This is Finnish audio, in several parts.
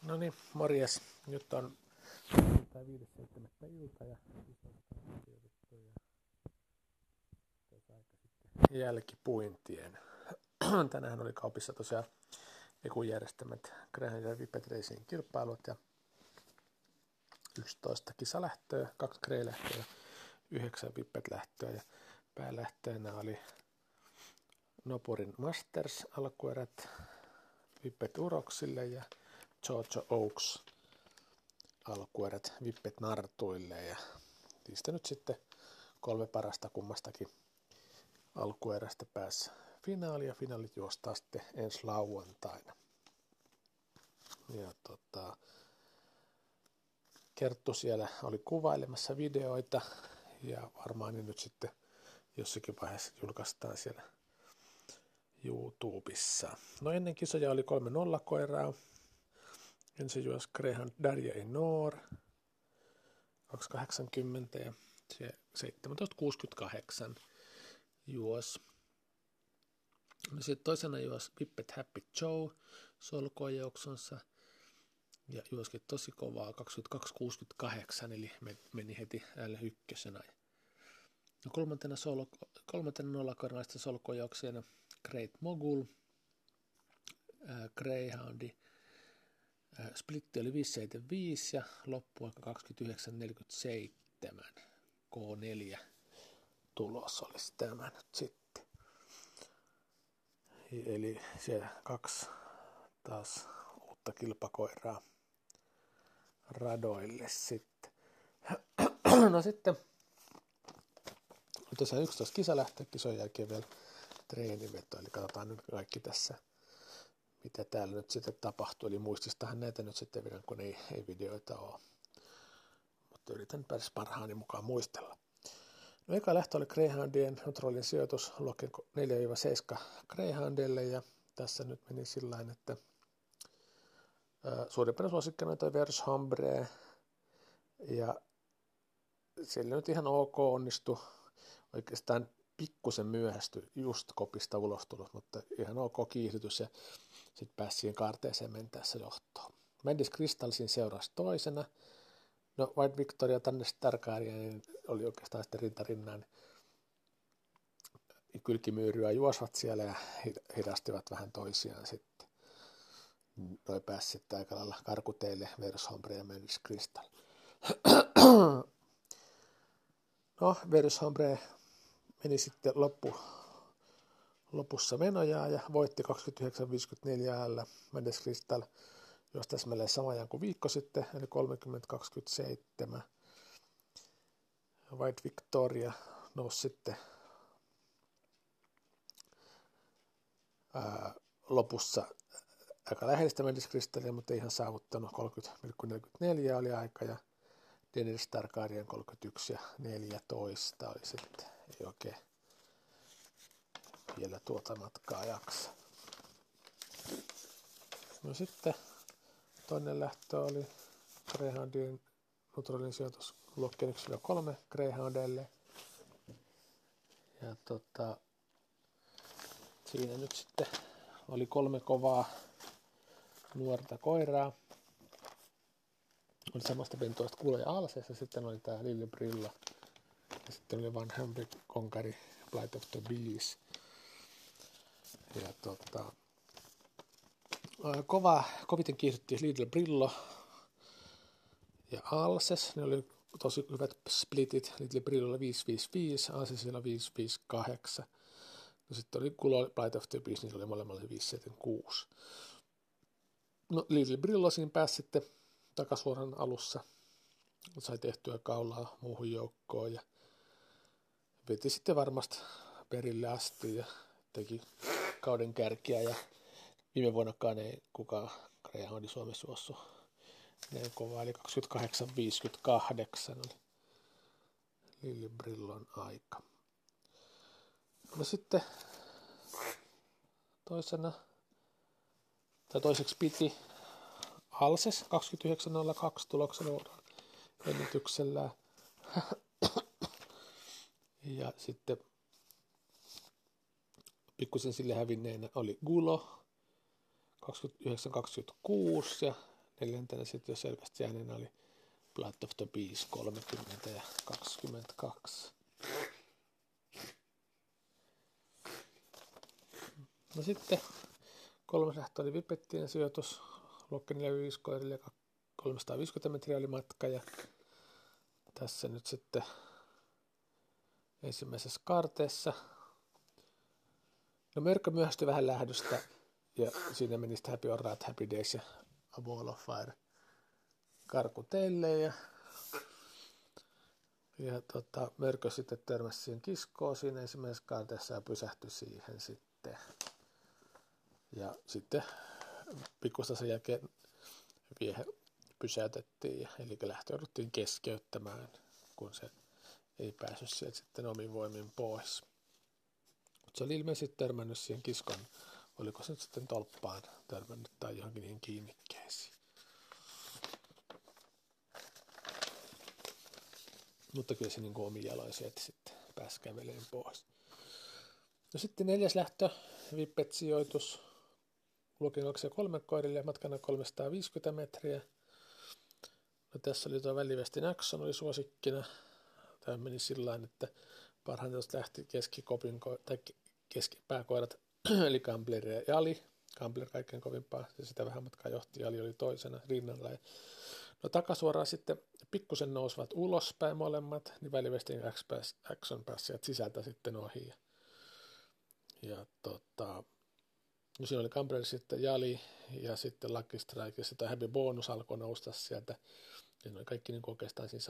No niin, morjes. Nyt on 5.7. ilta ja jälkipuintien. Tänään oli kaupissa tosiaan Ekun järjestämät Greyhound ja Whippet Racing kilpailut ja 11 kisalähtöä, 2 Grey-lähtöä ja 9 Whippet-lähtöä ja päälähtöönä oli Nopurin Masters alkuerät Whippet Uroksille ja Georgia Oaks alkuerät Whippet Nartuille ja niistä nyt sitten 3 parasta kummastakin alkuerästä pääsi finaaliin ja finaalit juostaan sitten ensi lauantaina. Ja Kerttu siellä oli kuvailemassa videoita ja varmaan ne nyt sitten jossakin vaiheessa julkaistaan siellä YouTubessa. No ennen kisoja oli 3 nollakoiraa. Ensin juosi Greyhound Darja Enor 280 ja 1768 juosi. No sitten toisena juosi Whippet Happy Joe solkoajouksunsa ja juoskin tosi kovaa 2268 eli meni heti L1. No kolmantena nollakoiranaisten solkoajouksena Great Mogul, Greyhoundi. Splitti oli 575 ja loppuaika 29.47. K4 tulos olisi tämä nyt sitten. Eli siellä 2 taas uutta kilpakoiraa radoille sitten. No sitten tosiaan 11 kisalähtöä, kisojen jälkeen vielä treeniveto, eli katsotaan nyt kaikki tässä, mitä täällä nyt sitten tapahtuu. Eli muististahan näitä nyt sitten vielä, kun ei videoita ole. Mutta yritän päästä parhaani mukaan muistella. No eka lähtö oli Greyhoundien neutraalin sijoitus luokkien 4-7 Greyhoundille ja tässä nyt meni sillain, että suurimpana suosikkina toi Vershombre ja sillä nyt ihan ok onnistui, oikeastaan pikkusen myöhästyi just kopista ulos tullut, mutta ihan ok kiihdytys ja sitten pääsi siihen kaarteeseen mentäessä johtoon. Mendes Crystalsin seurasi toisena. No White Victoria tänne Targaryen niin oli oikeastaan sitten rintarinnan kylkimyyryä juosvat siellä ja hidastivat vähän toisiaan sitten. Noi pääsi sitten aika lailla karkuteille Vershombre ja Mendes Crystal. No Vershombre meni sitten lopussa menojaa ja voitti 29.54 Mendes Crystal jos täsmälleen sama ajan kuin viikko sitten, eli 30.27. White Victoria nousi sitten lopussa aika lähellistä Mendes Crystalia, mutta ei ihan saavuttanut 30.44 oli aika ja Daenerys Targaryen 31 ja 14 oli sitten, ei oikein vielä tuota matkaa jaksa. No sitten toinen lähtö oli Greyhoundien neutraalin sijoitus luokkien 1-3 Greyhoundelle. Ja siinä nyt sitten oli 3 kovaa nuorta koiraa. Oli samasta pentuasta Kuulo ja Alses ja sitten oli tää Lille Brilla. Ja sitten oli Van Hambrick Konkari Flight of the Bees. Ja koviten kiihdyttiin Lidl Brillo ja Alses. Ne oli tosi hyvät splitit. Lidl Brillolla 555, Alsesilla 558. No sitten oli Kulo Flight of the Bees, niin se oli molemmilla 576. No Lidl Brillo siinä pääsi sitten takasuoran alussa. Sai tehtyä kaulaa muuhun joukkoon ja veti sitten varmasti perille asti ja teki kauden kärkiä ja viime vuonnakaan ei kukaan Greyhoundi Suomessa juossut näin kovaa, eli 28.58 oli Lille Brillon aika. No sitten toiseksi piti Alses 29.02 tuloksella ennätyksellä. Ja sitten pikkusen sille hävinneenä oli Gulo 29.26 ja neljäntenä sitten jo selvästi äänenä oli Blood of the Beast 30 ja 22. No sitten kolmas lähtö oli Vipettien sijoitus, luokka 45 koirille ja 350 metriä oli matka ja tässä nyt sitten ensimmäisessä kaarteessa. No Mörkö myöhästyi vähän lähdöstä ja siinä meni sitten Happy or Rat, Happy Days ja A Ball of Fire karku teille ja Mörkö sitten törmäsi siihen kiskoon siinä ensimmäisessä kaarteessa ja pysähtyi siihen sitten. Ja sitten pikkusta sen jälkeen viehe pysäytettiin, eli lähtö jouduttiin keskeyttämään, kun se ei päässyt sieltä sitten omin voimin pois. Mutta se oli ilmeisesti törmännyt siihen kiskon, oliko se nyt sitten tolppaan törmännyt tai johonkin niihin kiinnikkeisiin. Mutta kyllä se niin kuin omin jaloin sieltä sitten pääsi kävelemään pois. No sitten neljäs lähtö, Vippet-sijoitus, luokin 2 ja 3 koirille, matkana 350 metriä. No tässä oli tuo Välivästin Action oli suosikkina. Tämä meni sillain, että parhaiten lähti keskipääkoirat, eli Gambler ja Jali. Gambler kaikkein kovimpaa, ja sitä vähän matkaa johti, Jali oli toisena rinnalla. No takasuoraan sitten pikkusen nousivat ulospäin molemmat, niin Välivästin Action pääsi sieltä sisältä sitten ohi. Ja no siinä oli Gambler sitten Jali ja sitten Lucky Strike ja sitten Happy Bonus alkoi nousta sieltä. Ja ne oli kaikki niin oikeastaan siinä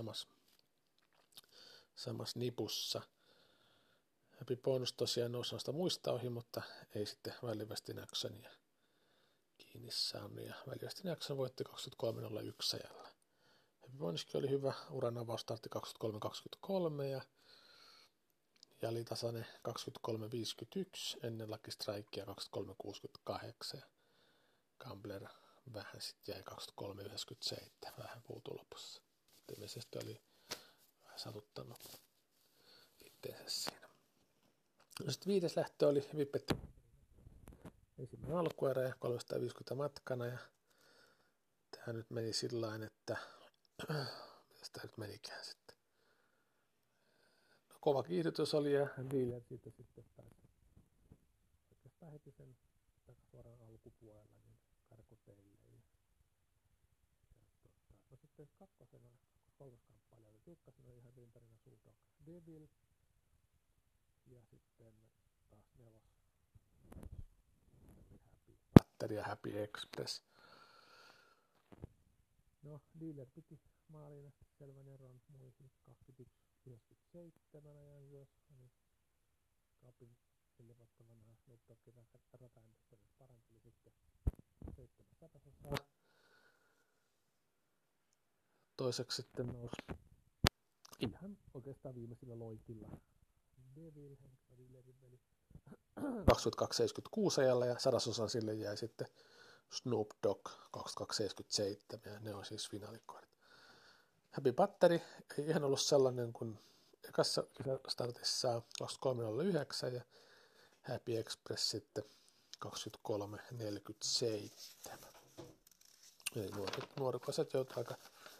samassa nipussa. Happy Bonus tosiaan nousi noista muista ohi, mutta ei sitten Välivästin Actionia kiinni saanut. Ja Välivästin Action voitti 23.01 ajalla. Happy Bonuskin oli hyvä, uran avaus startti 23.23 ja Jali tasainen 23.51 ennen Lucky Strikea 23.68. Gambler vähän sitten jäi 23.97, vähän puutu lopussa. Ilmeisesti oli vähän satuttanut itseensä siinä. No sitten viides lähtö oli Vipetti. Ensimmäinen alkuerä ja 350 matkana. Ja tämä nyt meni sillain, että mitäs tämä nyt menikään sitten. No, kova kiihdytys oli ja Dealer siitä sitten pääsi oikeastaan heti sen suoraan alkupuolella niin karkuteille. No sitten kakkosena, kolmas kamppailija oli tiukkasena ihan rintarina Suudok Devil. Ja sitten taas nelos Happy Batteri ja Happy Express. No, Dealer piti maaliin asti selvän eron muihin 21.97 ajan ylös. Eli Kapin 4 vuotta vanhaa Snoop Doggin rataennusta paranteli sitten 700. Toiseksi sitten nousi ihan oikeastaan viimeisillä loikilla Devil, Dealerin veli 22.76 ajalla ja 100 sille jäi sitten Snoop Dogg 22.77 ja ne on siis finaalikoirat. Happy Batteri ei ihan ollut sellainen kuin ekassa startissa 23.09 ja Happy Express sitten 23.47. Eli nuorikoiset joutuivat aika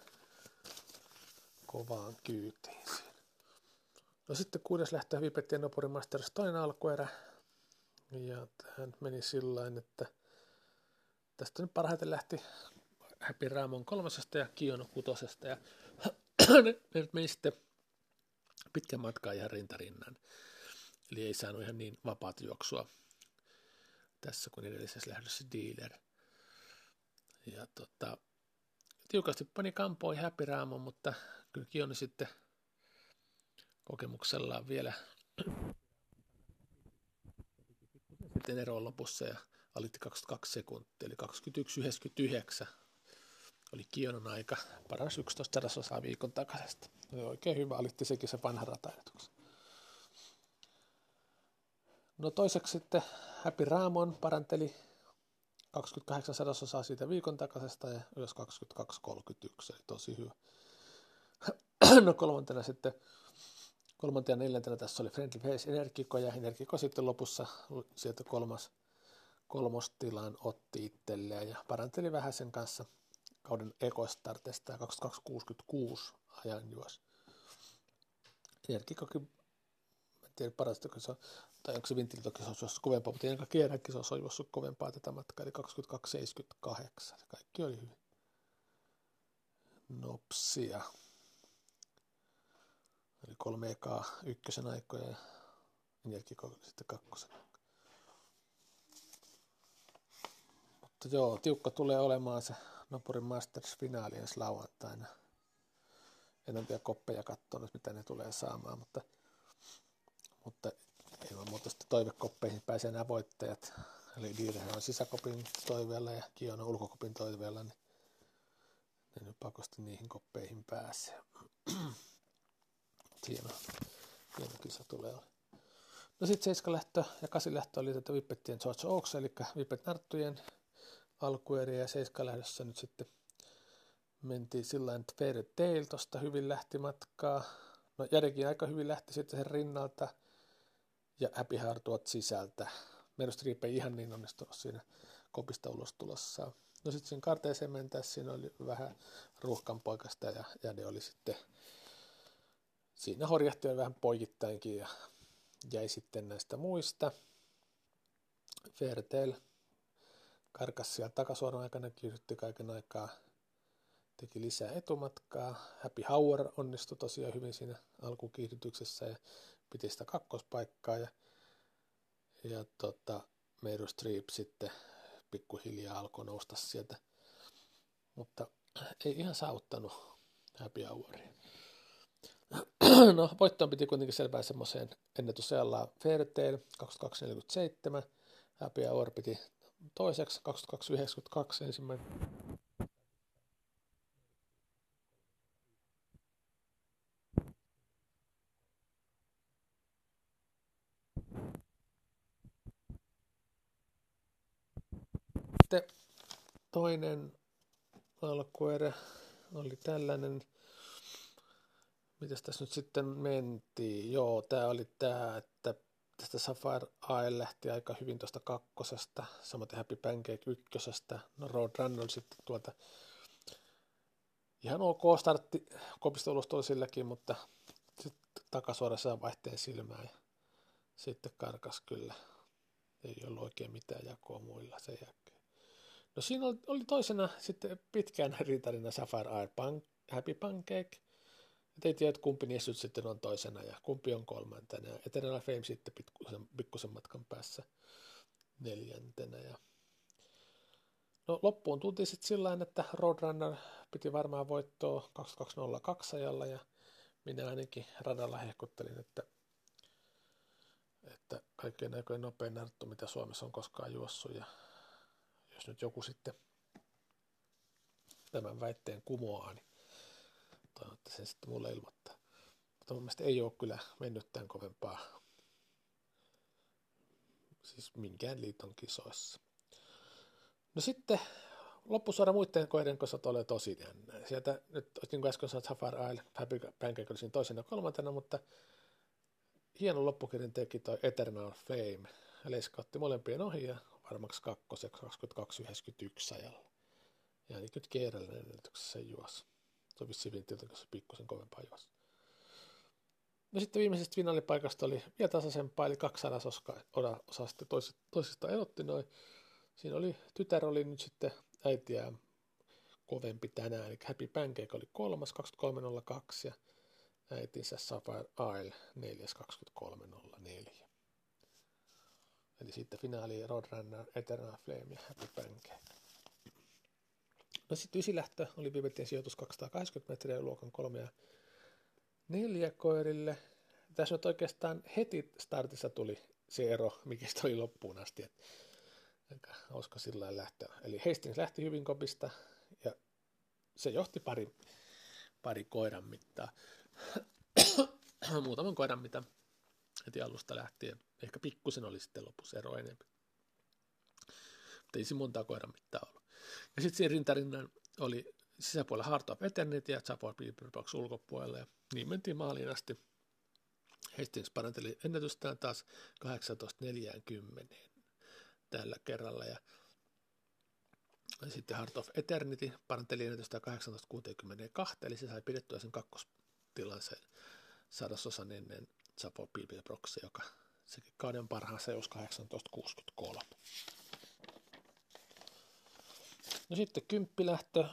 kovaan kyytiin siinä. No sitten 6. lähtö Vipettien Nopuri Masters toinen alkuerä. Ja tähän meni sillain, että tästä nyt parhaiten lähti Happy Ramon 3. ja Kiono 6. Ja ne nyt meni sitten pitkän matkaa ihan rintarinnan. Eli ei saanut ihan niin vapaat juoksua tässä kuin edellisessä lähdössä Dealer. Ja tiukasti pani kampoon Happy Ramon, mutta kyllä Kiono sitten kokemuksellaan vielä sitten eroon lopussa ja alitti 22 sekuntia, eli 21.99 oli Kionon aika, paras 11 viikon takaisesta. Oli oikein hyvä, alitti sekin se vanha rataedotuksen. No toiseksi sitten Happy Ramon paranteli 28 sadasosaa siitä viikon takaisesta ja ylös 22.31, eli tosi hyvä. No kolmantena ja neljäntenä tässä oli Friendly Face Energiko ja Energiko sitten lopussa sieltä kolmostilan otti itselleen ja paranteli vähän sen kanssa kauden ekostartista ja 2266 ajanjuos. Energikoki, en tiedä parasta, se on, tai onko se Vintilitokin se olisi kovempaa, mutta ennen kaikkea se olisi juossut kovempaa tätä matkaa, eli 2278. Kaikki oli hyvin nopsia. Eli 3 ekaa ykkösen aikoja ja Energikoki sitten kakkosen. Mutta joo, tiukka tulee olemaan se Nopurin Masters-finaali ensi lauantaina. En ole vielä koppeja katsonut, mitä ne tulee saamaan, mutta ilman muuta sitten toivekoppeihin pääsee nämä voittajat. Eli Diirehän on sisäkopin toiveella ja Kion on ulkokopin toiveella, niin ne nyt pakosti niihin koppeihin pääsee. Hieno kisa tulee olla. No sitten 7 lähtö ja 8 lähtö oli tätä Whippettien George Oaks, eli Whippet-narttujen alkueriä, ja 7 lähdössä nyt sitten mentiin sillä tavalla, että Fairy Tail tosta hyvin lähti matkaa. No Jadekin aika hyvin lähti sitten sen rinnalta ja Happy Hour tuot sisältä. Meru Streep ei ihan niin onnistunut siinä kopista ulos tulossaan. No sitten siinä karteeseen mentäessä siinä oli vähän ruuhkan poikasta ja Jade oli sitten siinä horjahti vähän poikittainkin ja jäi sitten näistä muista. Fairy Tail karkas siellä takasuoran aikana, kiihdytti kaiken aikaa, teki lisää etumatkaa. Happy Hour onnistui tosiaan hyvin siinä alkukiihdytyksessä ja piti sitä kakkospaikkaa. Ja Meryl Streep sitten pikkuhiljaa alkoi nousta sieltä, mutta ei ihan saavuttanut Happy Houria. No, voittoon piti kuitenkin selvää semmoiseen ennätysajalla Fairy Tail 2247, Happy Hour piti toiseksi 2292 ensimmäinen. Sitten toinen alkuerä oli tällainen. Mitäs tässä nyt sitten mentiin? Joo, tää oli tää, että tästä Sapphire Isle lähti aika hyvin tuosta kakkosesta, samoin Happy Pancake ykkösestä. No Roadrunner sitten tuolta ihan ok startti, kopista ulos tuli silläkin, mutta sitten takasuorassa vaihteen silmään ja sitten karkas kyllä. Ei ollut oikein mitään jakoa muilla sen jälkeen. No siinä oli toisena sitten pitkään ritarina Sapphire Isle Happy Pancake. Et ei tiedä, että kumpi niistä sitten on toisena ja kumpi on kolmantena. Ja Eternal Flame sitten pikkusen matkan päässä 4. Ja no, loppuun tultiin sitten sillä tavalla, että Roadrunner piti varmaan voittoa 2202 ajalla ja minä ainakin radalla hehkuttelin, että kaikkein aikojen nopein narttu, mitä Suomessa on koskaan juossut. Ja jos nyt joku sitten tämän väitteen kumoaa, niin toivon, että sen sitten mulle ilmoittaa. Mutta mun mielestä ei ole kyllä mennyt tämän kovempaa, siis minkään liiton kisoissa. No sitten loppusuora muiden koiden kanssa oli tosi jännää. Sieltä nyt, niin kuin äsken sanoit, Sapphire Isle, Happy Pancake oli siinä toisena ja kolmantena, mutta hieno loppukirjan teki toi Eternal Flame. Leiskautti molempien ohi ja varmaksi kakkoseksi 22.91 ajalla. Ja niin nyt kerrallinen ennätyksessä juosi. Se on vissiin Vintiltä kanssa pikkusen kovempaa juosi. No sitten viimeisestä finaalipaikasta oli vielä tasaisempaa, eli 200 osa sitten toisista erotti noin. Siinä oli, tytär oli nyt sitten äitiä kovempi tänään, eli Happy Pancake oli 3. 23.02 ja äitinsä Sapphire Isle 4. 23.04. Eli sitten finaali Roadrunner, Eternal Flame ja Happy Pancake. No sitten 9 lähtö oli Whippettien sijoitus 280 metriä luokan 3 ja 4 koirille. Tässä nyt oikeastaan heti startissa tuli se ero, mikä oli loppuun asti. Aika hauska sillä lailla lähteä. Eli Hastings lähti hyvin kopista ja se johti pari koiran mittaa. Muutaman koiran mitä heti alusta lähtien. Ehkä pikkusen oli sitten lopussa ero enemmän. Mutta ei se montaa koiran mittaa ollut. Ja sitten siinä rintarinnan oli sisäpuolella Heart of Eternity ja Support People Box ulkopuolella. Ja niin mentiin maaliin asti. Hastings paranteli ennätystään taas 18.40 tällä kerralla. Ja Ja sitten Heart of Eternity paranteli ennätystä 1862, eli se sai pidettyä sen kakkostilan sen sadasosan ennen Chapo Pilpiöproxia, joka sekin kauden parhaansa jos 1863. No sitten kymppilähtö,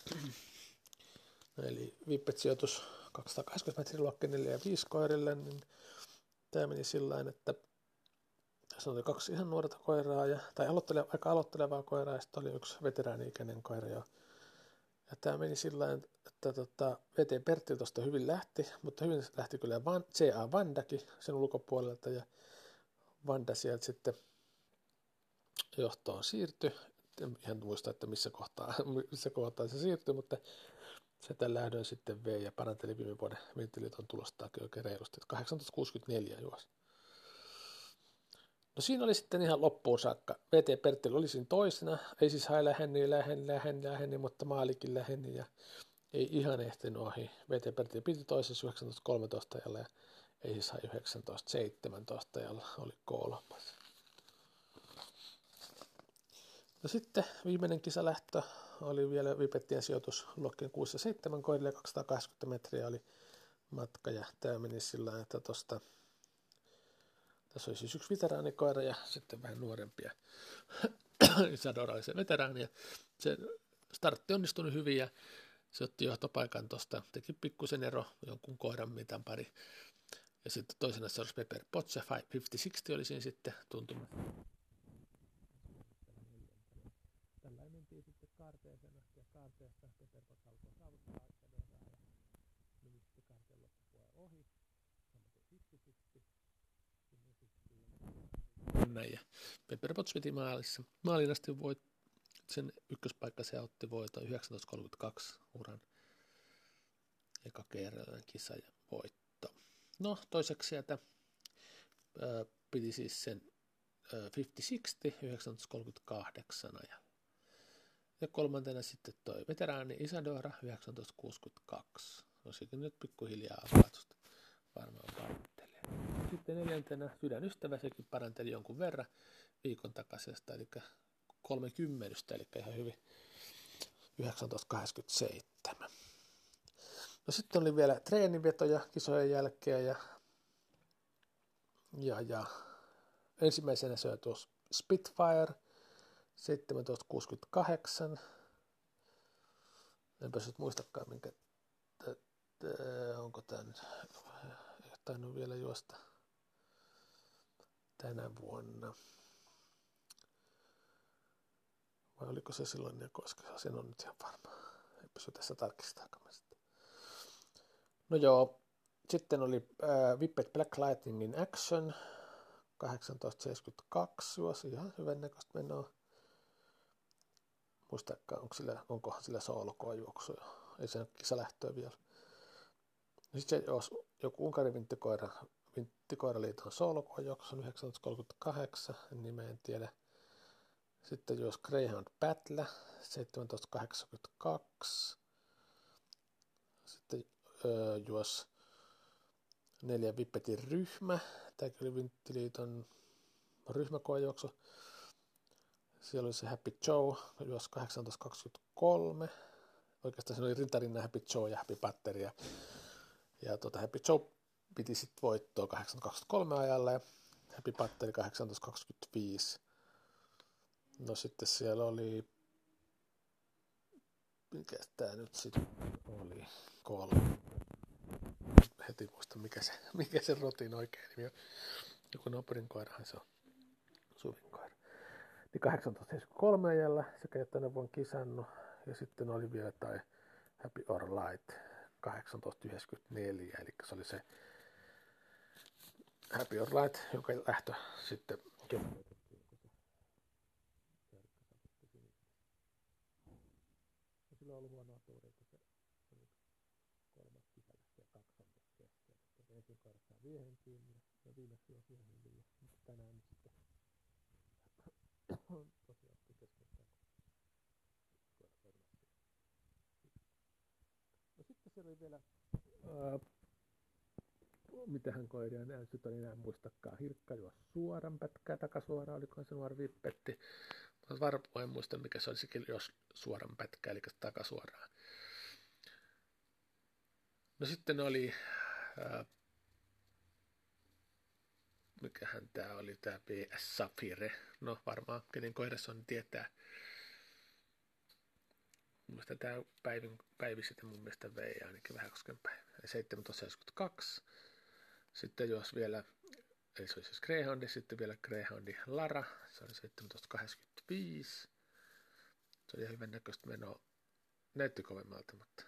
eli vippet-sijoitus 280 metrin luokka 4 ja 5 koirille, niin tämä meni sillä tavalla, että tässä oli 2 ihan nuorta koiraa, tai aika aloittelevaa koiraa, ja sitten oli 1 veteraani-ikäinen koira jo. Ja tämä meni sillä tavalla, että VT Pertti tuosta hyvin lähti, mutta hyvin lähti kyllä C.A. Vandakin sen ulkopuolelta, ja Vanda sieltä sitten johtoon siirtyi. En ihan muista, että missä kohtaa se siirtyi, mutta se tällä lähdön sitten vei ja paranteli viime vuoden Vinttiliiton tulostaakin oikein reilusti. 1864 juosi. No siinä oli sitten ihan loppuun saakka. VT Pertti oli siinä toisena, ei siis hae läheni, mutta maalikin läheni ja ei ihan ehtinyt ohi. VT Pertti piti toisessa 1913 ajalla ja ei siis hae 1917 ajalla, oli kolmas. No sitten viimeinen kisalähtö oli vielä Vipettien sijoitus luokkien 6 ja 7 koirille, 280 metriä oli matka ja tämä meni sillä tavalla, että tässä oli siis 1 veteraanikoira ja sitten vähän nuorempia. Isadora oli se veteraani ja se startti onnistui hyvin ja se otti johtopaikan tuosta, teki pikkusen ero jonkun koiran mitan pari. Ja sitten toisena se olisi Pepper Potts ja 50-60 oli siinä sitten tuntumassa. Tällä mentiin sitten kaarteeseen asti ja kaarteesta Pepper Potts alkoi saavuttaa Isadoraa ja meni sitten kaarteen loppupuolella ohi. Samaten 50-60. Näin ja Pepper Potts veti maalin asti sen ykköspaikka se otti voiton 1932 uran eka kerrallinen kisa ja voitto. No toiseksi sieltä piti siis sen 50-60 1938 ajalla. Ja kolmantena sitten toi veteraani Isadora 1962. No sekin nyt pikkuhiljaa avatusta varmaan parantelee. Sitten neljäntenä sydänystävä, sekin paranteli jonkun verran viikon takaisesta, eli 30, eli ihan hyvin 1987. No sitten oli vielä treenivetoja kisojen jälkeen ja ensimmäisenä se on tuossa Spitfire 1768. Enpä nyt muistakaan, onko tämä nyt, ei tainnut vielä juosta tänä vuonna. Vai oliko se silloin ne, koska sen on nyt ihan varma. Ei pysy tässä tarkistaakaan sitä. No joo, sitten oli Whippet Black Lightning in Action 1872 juosi ihan hyvän näköistä menoa. Muistakaan, onkohan sillä soolokoa juoksua. Ei se ole kisalähtöä vielä. Sitten se juosi joku Unkarin vinttikoiraliiton soolokoa juoksu 1938, nimeä en tiedä. Sitten juosi Greyhound Battle 1782. Sitten juosi 4 Whippetin ryhmä. Tämäkin oli Vinttiliiton ryhmäkoejuoksu. Siellä oli se Happy Joe, juosi 1823. Oikeastaan siinä oli rintarinnan Happy Joe ja Happy Patteri. Ja Happy Joe piti sitten voittoa 1823 ajalla ja Happy Patteri 1825. No sitten siellä oli, mikä tämä nyt sitten oli, 3. Heti muista, mikä se rotin oikein nimi on. Joku Noperin koirahan se on, Suvin koira. Niin 1873 ajalla sekä jo tänä vuonna kisannut. Ja sitten oli vielä tai Happy or Light 1894, eli se oli se Happy or Light, jonka lähtö sitten sillä on ollut huonoa tuuria, kun se oli 3 kisa lähtee 2 on kesken. Ensin koirassa viehen kiinni ja viimeksi on siihen hyvin. Mutta tänään nyt sitten on tosiaan keskeyttää. No sitten siellä oli vielä mitähän koiria nyt on enää muistakaan. Hirkka juosi suoran pätkää takasuoraan, olikohan se nuori Vippetti. Varmaan en muista, mikä se olisikin, jos suoran pätkä, eli takasuoraan. No sitten oli, mikähän tää oli, tää PS Sapphire. No varmaan, kenen kohdassa on, niin tietää. Mun mielestä tää päivi sitten mun mielestä vei ainakin Vähäkosken päivä. 1772. Sitten jos vielä, eli se oli siis Greyhoundi, sitten vielä Greyhoundi Lara, se oli 1785. Se oli hyvän näköistä menoa. Näytti kovemmalta, mutta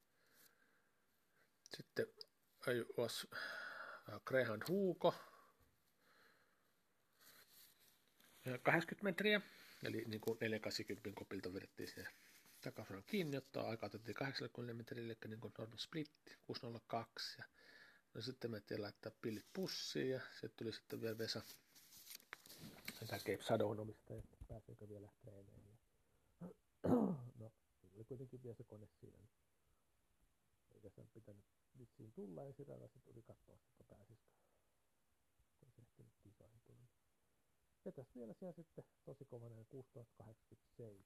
sitten was Greyhound Huuko, 80 metriä, eli niin kuin 480 kopilta vedettiin sinne takasuoran kiinni, jotta aika otettiin 80 metrille, eli niin kuin normal split, 602. Ja no sitten me tehtiin laittaa pillit pussiin, ja sitten tuli sitten vielä Vesa, tämä Cape Shadow'n omistaja, että pääseekö vielä treeneihin. No, siinä oli kuitenkin vielä se kone siinä, eikä sen pitänyt vitsiin tulla, ja Sirala sitten tuli katsoa, että pääsisikö, kun se ehtinyt kisoihin tullut. Ja tässä vielä siellä sitten tosi kovana 6087.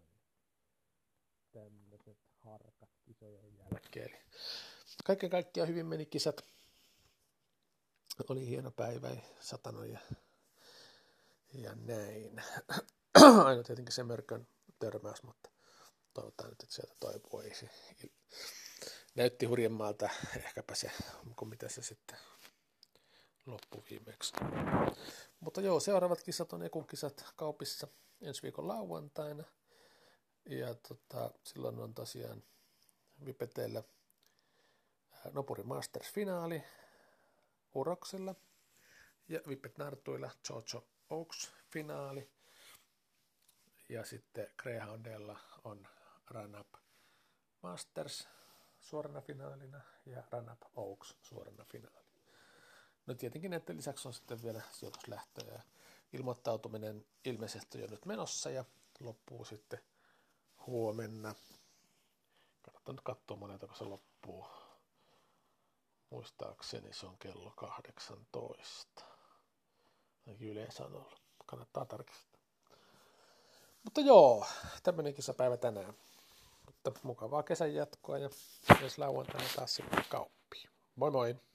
Tämmöiset harkat kisojen jälkeen. Eli kaiken kaikkiaan hyvin meni kisat. Oli hieno päivä, satanut ja näin. Aina tietenkin se mörkön törmäys, mutta toivotaan nyt, että sieltä toipuu. Näytti hurjemmalta ehkäpä se, kuin mitä se sitten loppuviimeksi. Mutta joo, seuraavat kisat on Ekun kisat Kaupissa ensi viikon lauantaina. Ja silloin on tosiaan Vipeteillä Nopuri Masters-finaali Uroksilla ja Vipet Nartuilla Jojo Oaks-finaali. Ja sitten Greyhoundilla on Run Up Masters suorana finaalina ja Run Up Oaks suorana finaalina. No tietenkin näiden lisäksi on sitten vielä sijoituslähtö ja ilmoittautuminen ilmeisesti on jo nyt menossa ja loppuu sitten huomenna. Kannattaa nyt katsoa monelta, kun se loppuu. Muistaakseni se on kello 18. Ainakin yleensä on ollut. Kannattaa tarkistaa. Mutta joo, tämmöinen kisapäivä tänään. Mutta mukavaa kesän jatkoa ja ensi lauantaina taas sitten kauppiin. Moi moi!